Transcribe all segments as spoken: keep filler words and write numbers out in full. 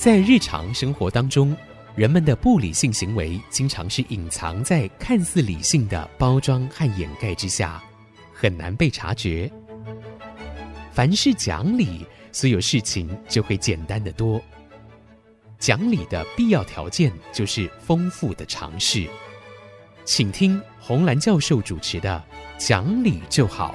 在日常生活当中，人们的不理性行为经常是隐藏在看似理性的包装和掩盖之下，很难被察觉。凡事讲理，所有事情就会简单得多。讲理的必要条件就是丰富的常识。请听洪兰教授主持的《讲理就好》。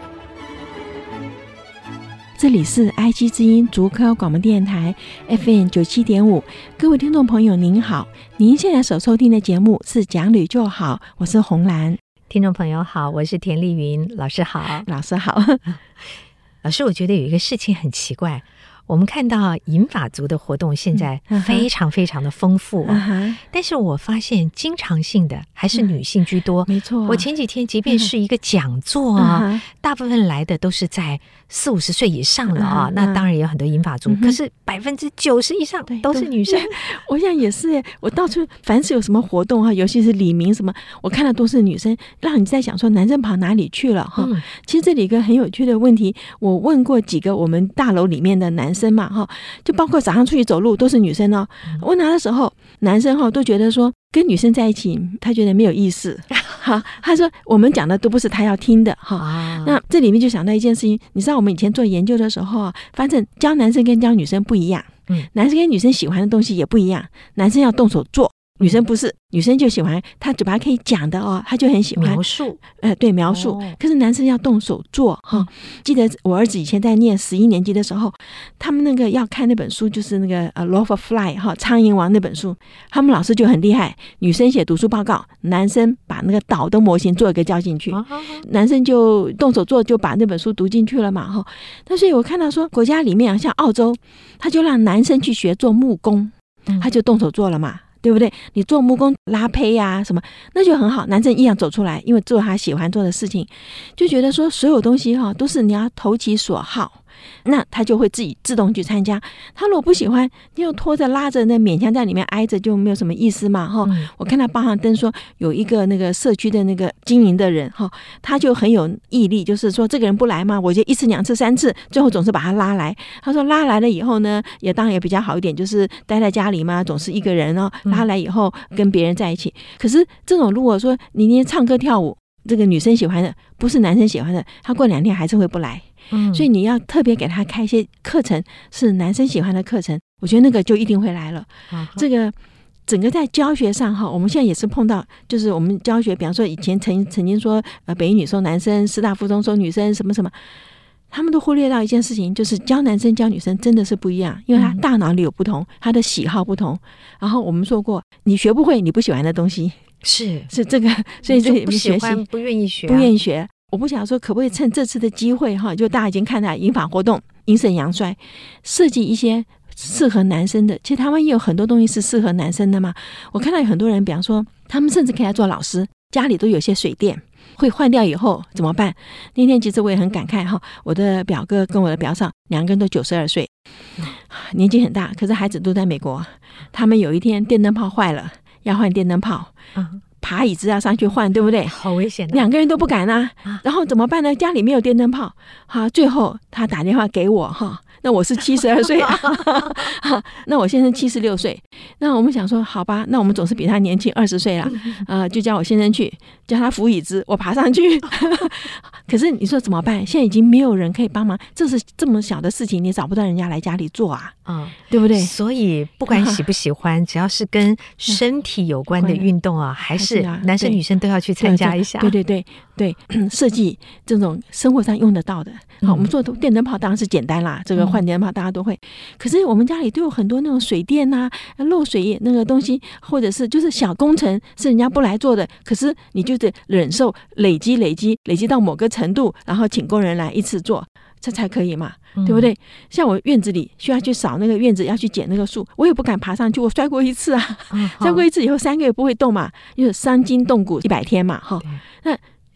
这里是 I G 之音竹科广播电台 F M 九十七点五，各位听众朋友您好，您现在所收听的节目是讲理就好，我是洪兰。 听众朋友好，我是田丽云，老师好。 老师好。 老师，我觉得有一个事情很奇怪，我们看到银发族的活动现在非常非常的丰富、啊嗯、但是我发现经常性的还是女性居多、 嗯、没错、啊、 我前几天即便是一个讲座啊、嗯、大部分来的都是在四五十岁以上了啊、嗯、那当然也有很多银发族、嗯、可是百分之九十以上都是女生。 我想也是耶，我到处凡是有什么活动哈，尤其是李明什么，我看到都是女生，让你在想说男生跑哪里去了哈、嗯。其实这里一个很有趣的问题，我问过几个我们大楼里面的男生嘛哈，就包括早上出去走路都是女生哦。问他的时候，男生哈都觉得说跟女生在一起，他觉得没有意思。好，他说我们讲的都不是他要听的哈、啊。那这里面就想到一件事情，你知道我们以前做研究的时候啊，发现教男生跟教女生不一样，嗯，男生跟女生喜欢的东西也不一样，男生要动手做。女生不是，女生就喜欢她嘴巴可以讲的哦，她就很喜欢描述， 呃，对描述、哦。可是男生要动手做哈、哦嗯。记得我儿子以前在念十一年级的时候，他们那个要看那本书，就是那个呃《Law of Fly》哈，苍蝇王那本书，他们老师就很厉害，女生写读书报告，男生把那个岛的模型做一个交进去，哦、男生就动手做，就把那本书读进去了嘛哈。那所以我看到说，国家里面像澳洲，他就让男生去学做木工，他就动手做了嘛。对不对？你做木工拉胚呀、啊、什么，那就很好，男生一样走出来，因为做他喜欢做的事情，就觉得说所有东西哈都是你要投其所好，那他就会自己自动去参加。他如果不喜欢，你就拖着拉着，那勉强在里面挨着就没有什么意思嘛哈、嗯。我看他报上登说有一个那个社区的那个经营的人哈，他就很有毅力，就是说这个人不来嘛，我就一次两次三次，最后总是把他拉来。他说拉来了以后呢，也当然也比较好一点，就是待在家里嘛，总是一个人哦。拉来以后跟别人在一起、嗯、可是这种如果说你连唱歌跳舞这个女生喜欢的不是男生喜欢的，他过两天还是会不来、嗯、所以你要特别给他开一些课程是男生喜欢的课程，我觉得那个就一定会来了、嗯、这个整个在教学上哈，我们现在也是碰到，就是我们教学比方说以前曾曾经说呃北一女收男生，师大附中收女生什么什么，他们都忽略到一件事情，就是教男生教女生真的是不一样，因为他大脑里有不同，他的喜好不同。然后我们说过，你学不会你不喜欢的东西， 是是这个，所以这里不喜欢不愿意学、啊， 不愿意学。我不想说可不可以趁这次的机会哈，就大家已经看到银发活动阴盛阳衰，设计一些适合男生的。其实台湾也有很多东西是适合男生的嘛。我看到有很多人，比方说他们甚至可以来做老师，家里都有些水电。会换掉以后怎么办？那天其实我也很感慨哈，我的表哥跟我的表嫂两个人都九十二岁，年纪很大，可是孩子都在美国。他们有一天电灯泡坏了，要换电灯泡，爬椅子要上去换，对不对？ 好危险的， 两个人都不敢啊。然后怎么办呢？家里没有电灯泡，哈，最后他打电话给我哈。那我是七十二岁、啊，那我先生七十六岁。那我们想说，好吧，那我们总是比他年轻二十岁啦，呃，就叫我先生去，叫他扶椅子，我爬上去。可是你说怎么办？现在已经没有人可以帮忙，这是这么小的事情，你找不到人家来家里做啊，嗯，对不对？ 所以不管喜不喜欢，只要是跟身体有关的运动啊，还是男生女生都要去参加一下。 对对对对，设计这种生活上用得到的。好，我们做电灯泡当然是简单啦，这个换电灯泡大家都会。可是我们家里都有很多那种水电啊、漏水那个东西，或者是就是小工程是人家不来做的，可是你就得忍受累积累积累积到某个程度，然后请工人来一次做，这才可以嘛，对不对？像我院子里需要去扫那个院子，要去捡那个树，我也不敢爬上去，我摔过一次啊，摔过一次以后三个月不会动嘛，因为伤筋动骨一百天嘛，哈，那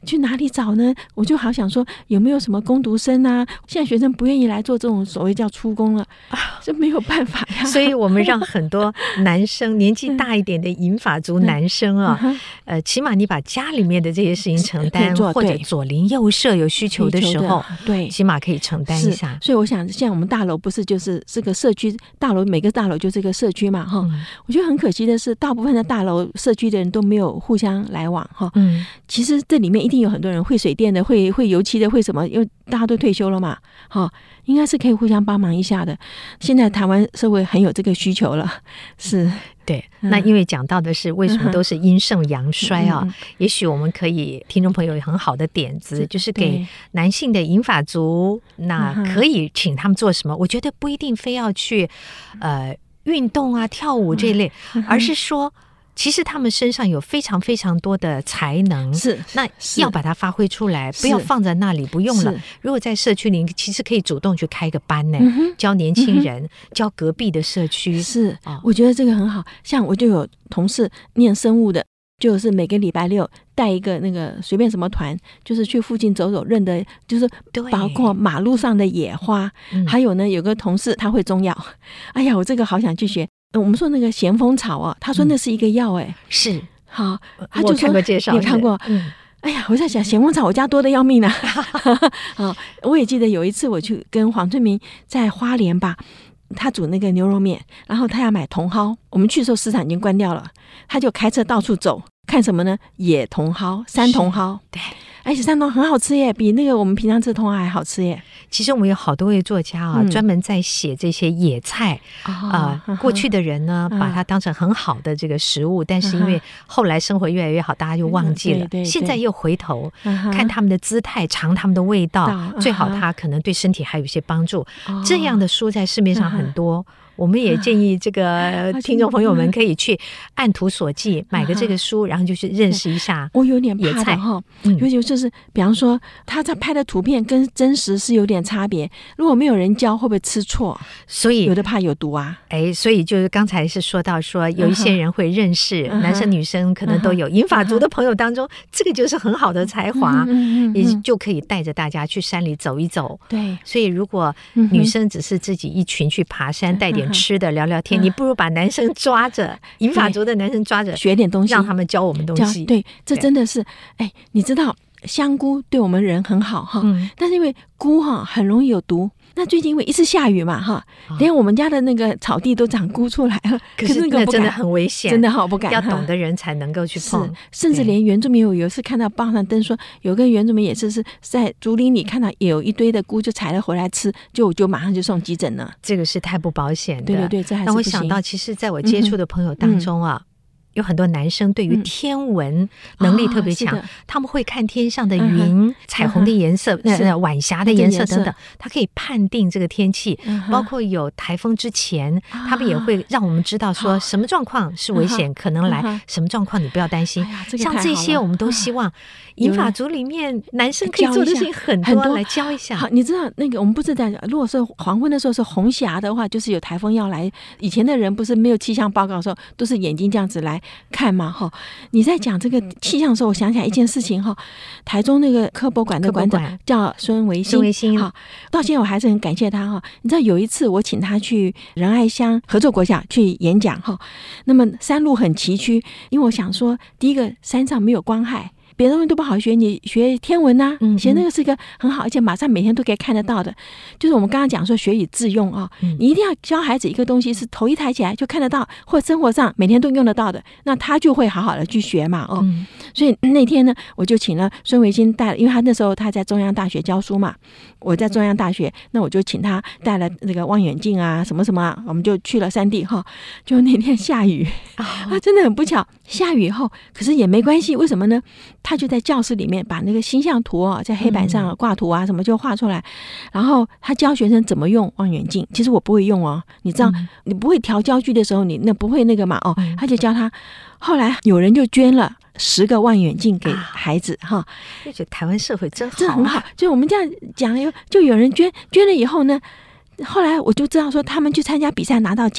去哪里找呢？我就好想说有没有什么工读生啊，现在学生不愿意来做这种所谓叫出工了，这没有办法呀。 所以我们让很多男生年纪大一点的银发族男生啊，嗯、呃，起码你把家里面的这些事情承担，或者左邻右舍有需求的时候， 对， 起码可以承担一下。 所以我想，现在我们大楼不是就是这个社区大楼，每个大楼就这个社区嘛，哈、嗯。我觉得很可惜的是，大部分的大楼社区的人都没有互相来往，哈。嗯。其实这里面一定有很多人会水电的，会会油漆的，会什么？因为大家都退休了嘛，哈，应该是可以互相帮忙一下的。现在台湾社会很有这个需求了，是。 对，那因为讲到的是为什么都是阴盛阳衰啊、嗯、也许我们可以听众朋友有很好的点子，就是给男性的银发族，那可以请他们做什么？我觉得不一定非要去呃运动啊跳舞这一类，而是说其实他们身上有非常非常多的才能， 是那要把它发挥出来，不要放在那里不用了。如果在社区里，其实可以主动去开个班呢、嗯，教年轻人、嗯，教隔壁的社区。 是、哦，我觉得这个很好。像我就有同事念生物的，就是每个礼拜六带一个那个随便什么团，就是去附近走走，认得就是包括马路上的野花，还有呢，有个同事他会中药，哎呀，我这个好想去学。我们说那个咸丰草啊，他说那是一个药，哎、嗯， 是好，他就说我看过介绍， 你看过？嗯，哎呀，我在想咸丰草，我家多的要命啊！啊，我也记得有一次我去跟黄春明在花莲吧，他煮那个牛肉面，然后他要买茼蒿，我们去的时候市场已经关掉了，他就开车到处走，看什么呢？野茼蒿、山茼蒿，对。而且山茼很好吃耶，比那个我们平常吃的茼蒿还好吃耶。 其实我们有好多位作家啊，嗯、专门在写这些野菜啊、哦呃。过去的人呢，嗯、把它当成很好的这个食物，嗯、但是因为后来生活越来越好，大家就忘记了。嗯、对对对，现在又回头、嗯、看他们的姿态，尝他们的味道，嗯、最好它可能对身体还有一些帮助。哦、这样的书在市面上很多。嗯我们也建议这个听众朋友们可以去按图索骥买个这个书，然后就去认识一下。 我有点怕的哈，尤其就是比方说他在拍的图片跟真实是有点差别，如果没有人教，会不会吃错？ 所以有的怕有毒啊。 哎，所以就是刚才是说到说有一些人会认识，男生女生可能都有。银发族的朋友当中，这个就是很好的才华，也就可以带着大家去山里走一走。 对， 所以如果女生只是自己一群去爬山，带点吃的聊聊天，你不如把男生抓着，银发族的男生抓着学点东西， 让他们教我们东西。 对，这真的是，哎，你知道香菇对我们人很好哈、嗯，但是因为菇哈很容易有毒。那最近因为一直下雨嘛哈，连、哦、我们家的那个草地都长菇出来了， 可是那真的很危险， 真的好不敢， 要懂的人才能够去碰。 甚至连原住民，有有一次看到报上登说，有个原住民也是是在竹林里看到也有一堆的菇，就采了回来吃，就就马上就送急诊了。 这个是太不保险的。 对对对，这还是不行。 那我想到，其实在我接触的朋友当中啊。嗯嗯有很多男生对于天文能力特别强、嗯哦，他们会看天上的云、嗯、彩虹的颜色、那、嗯、晚霞的颜色等等，他可以判定这个天气、嗯。包括有台风之前、嗯，他们也会让我们知道说什么状况是危险、嗯、可能来、嗯，什么状况你不要担心。哎这个、像这些，我们都希望银发族里面男生可以做的事情很多，很多来教一下。 好，你知道那个我们不是在如果说黄昏的时候是红霞的话，就是有台风要来。以前的人不是没有气象报告的时候，都是眼睛这样子来。看嘛哈，你在讲这个气象的时候，我想起来一件事情哈，台中那个科博馆的馆长叫孙维新， 孙维新哈，到现在我还是很感谢他哈。你知道有一次我请他去仁爱乡合作国小去演讲哈，那么山路很崎岖，因为我想说，第一个山上没有光害。别的东西都不好学，你学天文啊，嗯、学那个是一个很好，而且马上每天都可以看得到的。就是我们刚刚讲说学以致用啊、嗯，你一定要教孩子一个东西是头一抬起来就看得到，或生活上每天都用得到的，那他就会好好的去学嘛哦、嗯。所以那天呢，我就请了孙维新带了，因为他那时候他在中央大学教书嘛，我在中央大学，那我就请他带了那个望远镜啊，什么什么、啊，我们就去了山地哈。就那天下雨，啊，真的很不巧，下雨后，可是也没关系，为什么呢？他就在教室里面把那个星象图哦，在黑板上挂图啊什么就画出来，然后他教学生怎么用望远镜。其实我不会用哦，你知道，你不会调焦距的时候，你那不会那个嘛哦，他就教他。后来有人就捐了十个望远镜给孩子哈， 就觉得台湾社会真好， 这很好。就我们这样讲，就有人捐捐了以后呢，后来我就知道说他们去参加比赛拿到奖。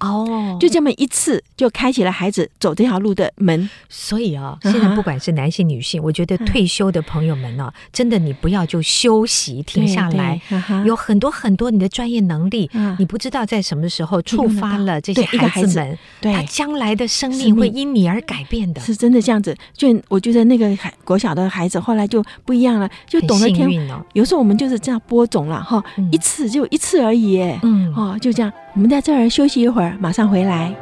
哦， 就这么一次就开启了孩子走这条路的门。 所以啊、哦，现在不管是男性女性，我觉得退休的朋友们呢、啊，真的你不要就休息停下来，有很多很多你的专业能力，你不知道在什么时候触发了这些孩子们，他将来的生命会因你而改变的， 是真的这样子。就我觉得那个国小的孩子后来就不一样了，就懂得天。哦、有时候我们就是这样播种了哈、嗯，一次就一次而已，嗯，哦，就这样。我们在这儿休息一会儿，马上回来。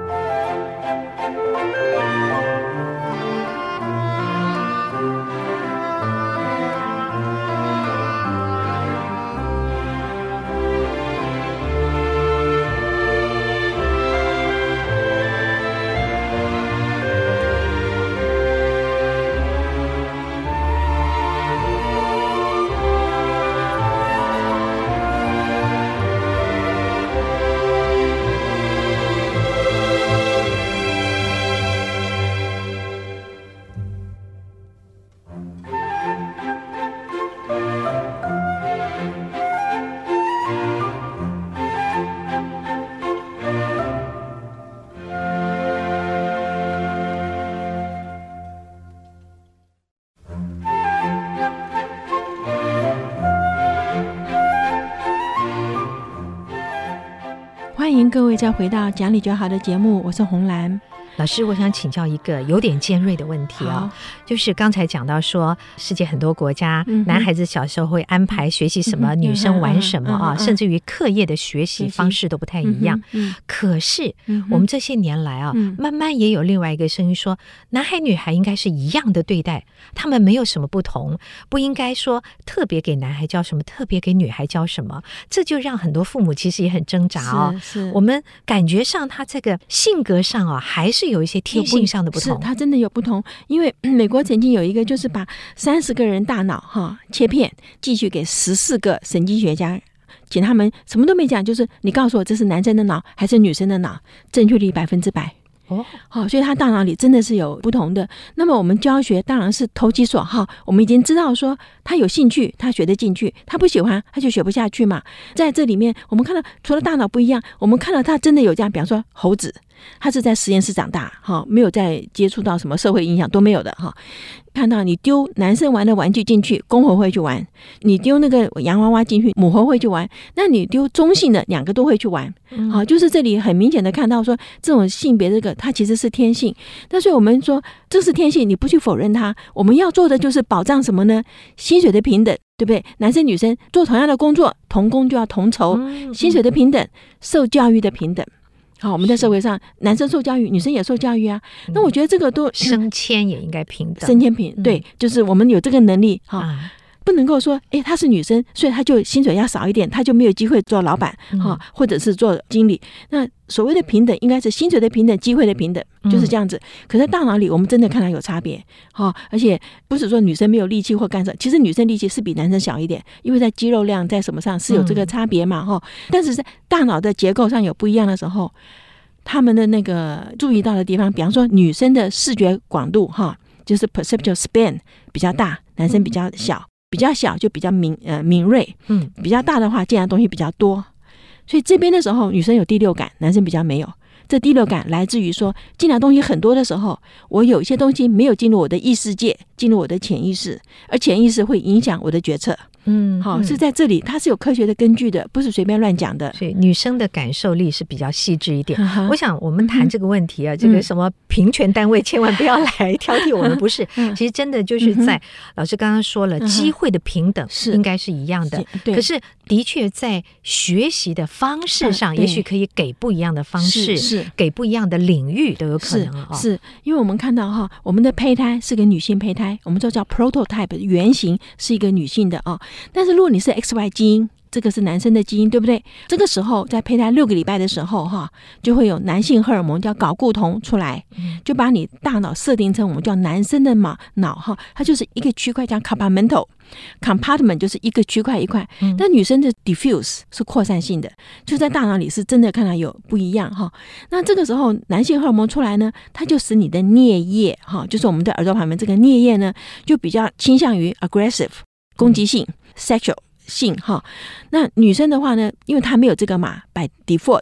欢迎各位再回到讲理就好的节目，我是洪兰。 老师，我想请教一个有点尖锐的问题啊、哦，就是刚才讲到说，世界很多国家、嗯、男孩子小时候会安排学习什么，嗯、女生玩什么啊、嗯，甚至于课业的学习方式都不太一样。嗯、可是、嗯、我们这些年来啊、嗯，慢慢也有另外一个声音说，男孩女孩应该是一样的对待，他们没有什么不同，不应该说特别给男孩教什么，特别给女孩教什么，这就让很多父母其实也很挣扎哦。 是是， 我们感觉上他这个性格上啊，还是有一些天性上的不同， 是它真的有不同。因为美国曾经有一个，就是把三十个人大脑哈切片，继续给十四个神经学家，请他们什么都没讲，就是你告诉我这是男生的脑还是女生的脑，正确率百分之百。哦，好，所以他大脑里真的是有不同的。那么我们教学当然是投其所好，我们已经知道说他有兴趣，他学得进去；他不喜欢，他就学不下去嘛。在这里面，我们看到除了大脑不一样，我们看到他真的有这样，比方说猴子，他是在实验室长大，哈，没有再接触到什么社会影响都没有的哈。看到你丢男生玩的玩具进去，公猴会去玩；你丢那个洋娃娃进去，母猴会去玩。那你丢中性的，两个都会去玩。好、嗯，就是这里很明显的看到说，这种性别这个它其实是天性。但是我们说这是天性，你不去否认它，我们要做的就是保障什么呢？薪水的平等，对不对？男生女生做同样的工作，同工就要同酬，嗯、薪水的平等，受教育的平等。好，我们在社会上，男生受教育，女生也受教育啊。嗯、那我觉得这个都升迁也应该平等， 升迁平、嗯、对，就是我们有这个能力哈、啊，不能够说，哎，她是女生，所以她就薪水要少一点，她就没有机会做老板哈、嗯，或者是做经理。那所谓的平等，应该是薪水的平等，机会的平等，就是这样子。嗯、可是大脑里，我们真的看到有差别哈，而且不是说女生没有力气或干什么，其实女生力气是比男生小一点，因为在肌肉量在什么上是有这个差别嘛哈、嗯。但是在大脑的结构上有不一样的时候，他们的那个注意到的地方，比方说女生的视觉广度哈，就是 perceptual span 比较大，男生比较小，比较小就比较敏呃敏锐，嗯，比较大的话见的东西比较多，所以这边的时候女生有第六感，男生比较没有。这第六感来自于说，进来东西很多的时候，我有一些东西没有进入我的意识界，进入我的潜意识，而潜意识会影响我的决策。嗯，好，是在这里，它是有科学的根据的，不是随便乱讲的。 所以女生的感受力是比较细致一点。我想我们谈这个问题啊，嗯、这个什么平权单位千万不要来挑剔我们，不是。嗯、其实真的就是在、嗯、老师刚刚说了，机会的平等是应该是一样的。可是的确在学习的方式上，也许可以给不一样的方式，是给不一样的领域都有可能、哦、 是, 是因为我们看到哈，我们的胚胎是个女性胚胎，我们就叫 prototype 原型是一个女性的啊。但是如果你是 X Y 基因，这个是男生的基因，对不对？这个时候在胚胎六个礼拜的时候哈，就会有男性荷尔蒙叫睾固酮出来，就把你大脑设定成我们叫男生的脑脑哈，它就是一个区块叫 compartmental compartment 就是一个区块一块，但女生的 diffuse 是扩散性的，就在大脑里是真的看到有不一样哈。那这个时候男性荷尔蒙出来呢，它就使你的颞叶哈，就是我们的耳朵旁边这个颞叶呢，就比较倾向于 aggressive 攻击性 sexual 性哈。那女生的话呢，因为她没有这个嘛 by default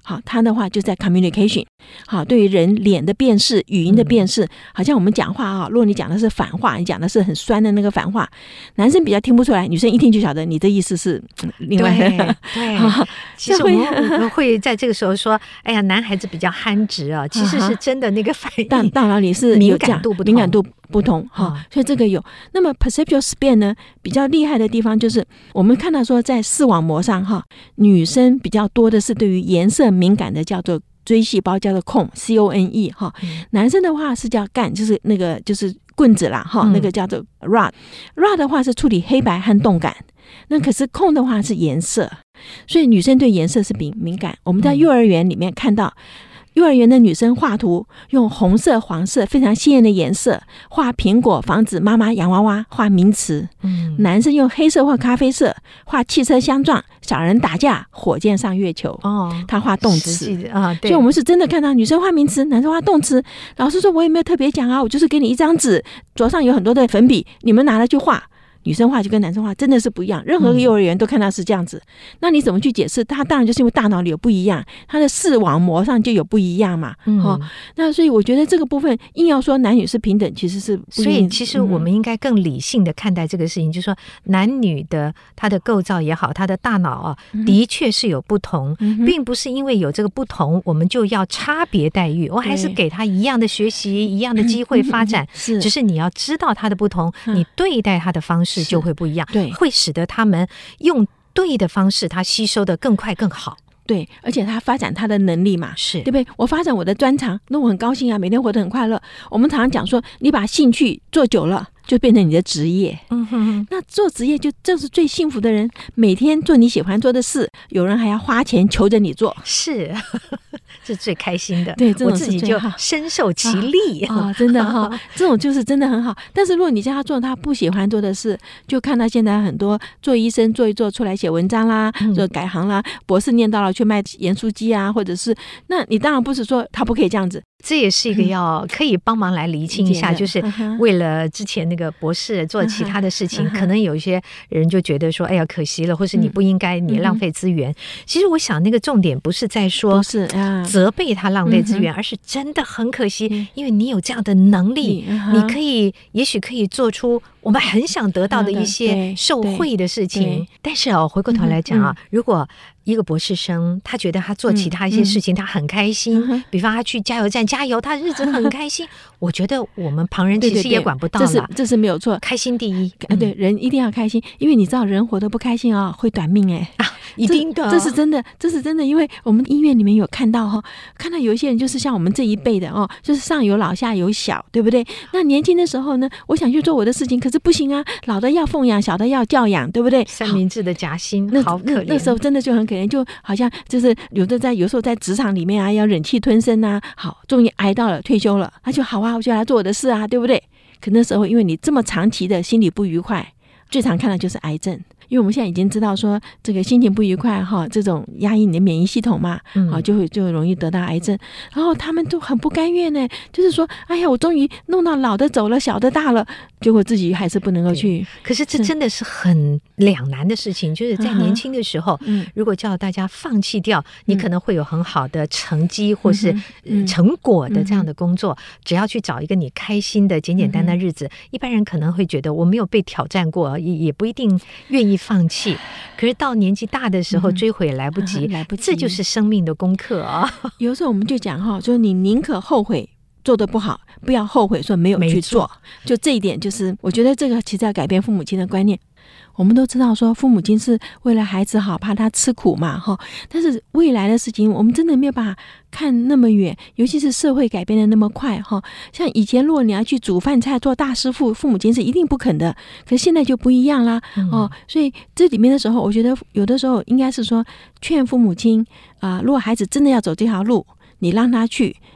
好，它的话就在 communication， 好，对于人脸的辨识、语音的辨识，好像我们讲话啊，如果你讲的是反话，你讲的是很酸的那个反话，男生比较听不出来，女生一听就晓得你的意思是另外的。 对，对其实我们我们会在这个时候说，哎呀，男孩子比较憨直啊，其实是真的那个反应， 大大脑里是敏感度不同， 敏感度不同哈、哦，所以这个有。那么 perceptual span 呢，比较厉害的地方就是我们看到说，在视网膜上哈，女生比较多的是对于颜色敏感的，叫做锥细胞，叫做 cone C O N E 哈、嗯。男生的话是叫干，就是那个就是棍子啦哈、嗯，那个叫做 rod。rod 的话是处理黑白和动感，那可是 cone 的话是颜色，所以女生对颜色是敏敏感。我们在幼儿园里面看到。幼儿园的女生画图用红色、黄色非常鲜艳的颜色画苹果、房子、妈妈、洋娃娃，画名词、嗯、男生用黑色或咖啡色画汽车相撞、小人打架、火箭上月球、哦、他画动词、啊、所以我们是真的看到女生画名词，男生画动词。老师说我也没有特别讲啊，我就是给你一张纸，桌上有很多的粉笔，你们拿了去画。女生画就跟男生画真的是不一样，任何幼儿园都看到是这样子、嗯、那你怎么去解释？他当然就是因为大脑里有不一样，他的视网膜上就有不一样嘛、嗯哦、那所以我觉得这个部分硬要说男女是平等，其实是不， 所以其实我们应该更理性的看待这个事情、嗯、就是说男女的他的构造也好，他的大脑啊、嗯、的确是有不同、嗯、并不是因为有这个不同我们就要差别待遇，我还是给他一样的学习一样的机会发展、嗯、是，只是你要知道他的不同、嗯、你对待他的方式就会不一样，对，会使得他们用对的方式，他吸收的更快更好。 对，而且他发展他的能力嘛， 是对不对？我发展我的专长，那我很高兴啊，每天活得很快乐。我们常常讲说，你把兴趣做久了，就变成你的职业。嗯哼哼，那做职业就正是最幸福的人，每天做你喜欢做的事，有人还要花钱求着你做， 是，这最开心的。 对， 我自己就深受其利啊、哦，真的哈、哦，这种就是真的很好。但是如果你叫他做他不喜欢做的事，就看到现在很多做医生做一做出来写文章啦，做改行啦，博士念到了去卖盐酥鸡啊，或者是，那你当然不是说他不可以这样子。 这也是一个要可以帮忙来厘清一下、嗯、就是为了之前那个博士做其他的事情、嗯、可能有一些人就觉得说哎呀可惜了，或是你不应该、嗯、你浪费资源、嗯、其实我想那个重点不是在说不是、啊、 责备他浪费资源、嗯、而是真的很可惜、嗯、因为你有这样的能力、嗯、你可以也许可以做出我们很想得到的一些受惠的事情。但是哦，回过头来讲啊、嗯、如果一个博士生他觉得他做其他一些事情、嗯、他很开心、嗯、比方他去加油站加油，他日子很开心、嗯、我觉得我们旁人其实也管不到了， 对对对，这是这是没有错， 开心第一、 嗯、对，人一定要开心，因为你知道人活得不开心啊会短命哎、 啊，一定的， 这是真的，这是真的，因为我们医院里面有看到哈，看到有一些人就是像我们这一辈的哦，就是上有老下有小，对不对？那年轻的时候呢，我想去做我的事情，可是不行啊，老的要奉养，小的要教养，对不对？ 三明治的夹心，好可怜。 那时候真的就很可怜，就好像就是有的在有时候在职场里面啊，要忍气吞声啊，好，终于挨到了退休了，那就好啊，我就来做我的事啊，对不对？可那时候因为你这么长期的心理不愉快，最常看到就是癌症。因为我们现在已经知道说这个心情不愉快哈，这种压抑你的免疫系统嘛，嗯、啊就会就容易得到癌症。然后他们都很不甘愿呢，就是说，哎呀，我终于弄到老的走了，小的大了，结果自己还是不能够去。 可是这真的是很两难的事情，就是在年轻的时候，嗯、如果叫大家放弃掉，你可能会有很好的成绩或是成果的这样的工作，嗯、只要去找一个你开心的简简单单日子，嗯、一般人可能会觉得我没有被挑战过，也也不一定愿意放弃，可是到年纪大的时候、嗯、追悔也来不及、啊、来不及，这就是生命的功课啊。 有时候我们就讲哈，说你宁可后悔做得不好，不要后悔说没有去做。就这一点，就是我觉得这个其实要改变父母亲的观念。我们都知道说父母亲是为了孩子好，怕他吃苦嘛哈。但是未来的事情我们真的没有办法看那么远，尤其是社会改变的那么快哈。像以前如果你要去煮饭菜做大师傅，父母亲是一定不肯的，可是现在就不一样啦、嗯、哦。所以这里面的时候，我觉得有的时候应该是说劝父母亲啊、呃，如果孩子真的要走这条路，你让他去，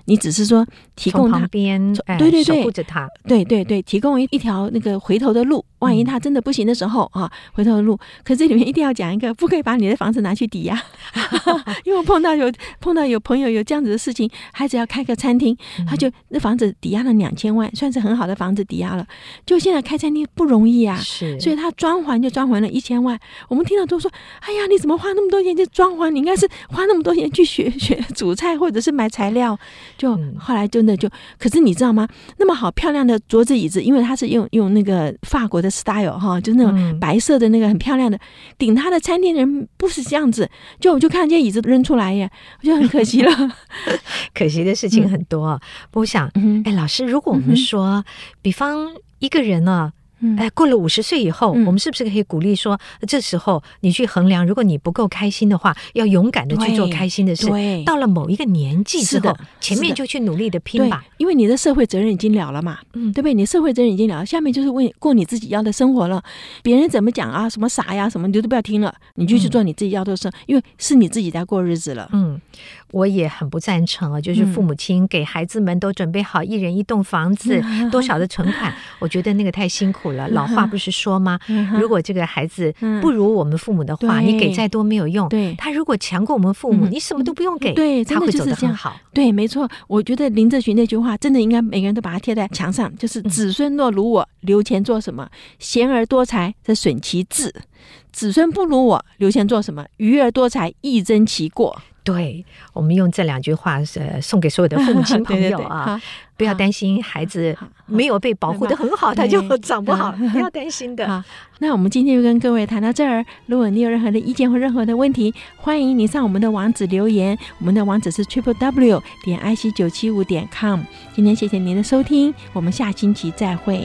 你只是说提供他旁边，哎、 对对对， 守护着他， 对对对，提供一一条那个回头的路，万一他真的不行的时候、嗯、啊，回头的路。可这里面一定要讲一个，不可以把你的房子拿去抵押，因为我碰到有碰到有朋友有这样子的事情，孩子要开个餐厅，他就那房子抵押了两千万，算是很好的房子抵押了，就现在开餐厅不容易啊， 是， 所以他装潢就装潢了一千万。我们听到都说，哎呀，你怎么花那么多钱去装潢？你应该是花那么多钱去学学煮菜，或者是买材料。就后来真的就，可是你知道吗？那么好漂亮的桌子椅子，因为它是用用那个法国的 style 哈，就是那种白色的那个很漂亮的，顶他的餐厅人不是这样子，就我就看见椅子扔出来耶，我觉得很可惜了。 可惜的事情很多。嗯、我想，哎，老师，如果我们说，嗯、比方一个人呢、啊，哎，过了五十岁以后、嗯，我们是不是可以鼓励说，这时候你去衡量，如果你不够开心的话，要勇敢的去做开心的事。到了某一个年纪之后，前面就去努力的拼吧， 因为你的社会责任已经了了嘛，嗯，对不对？你社会责任已经了了，下面就是为过你自己要的生活了。别人怎么讲啊，什么傻呀，什么你都不要听了，你就去做你自己要的事、嗯，因为是你自己在过日子了。 嗯，我也很不赞成啊，就是父母亲给孩子们都准备好一人一栋房子，嗯、多少的存款，我觉得那个太辛苦了。老话不是说吗？如果这个孩子不如我们父母的话，你给再多没有用。对，他如果强过我们父母，你什么都不用给， 对， 他会走得很好。 对，没错。我觉得林则徐那句话真的应该每个人都把它贴在墙上，就是子孙若如我，留钱做什么？贤而多财，则损其志；子孙不如我，留钱做什么？愚而多财，益增其过。 对，我们用这两句话呃送给所有的父母亲朋友啊，对对对，不要担心孩子没有被保护得很好，他就长不好，不要担心的。 好，那我们今天就跟各位谈到这儿。如果你有任何的意见或任何的问题，欢迎你上我们的网址留言，我们的网址是 triple w 点 i c 九七五点 com。今天谢谢您的收听，我们下星期再会。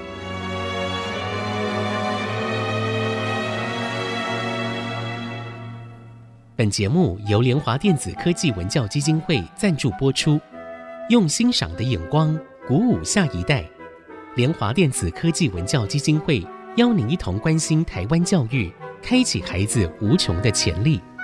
本节目由联华电子科技文教基金会赞助播出，用欣赏的眼光鼓舞下一代。联华电子科技文教基金会邀您一同关心台湾教育，开启孩子无穷的潜力。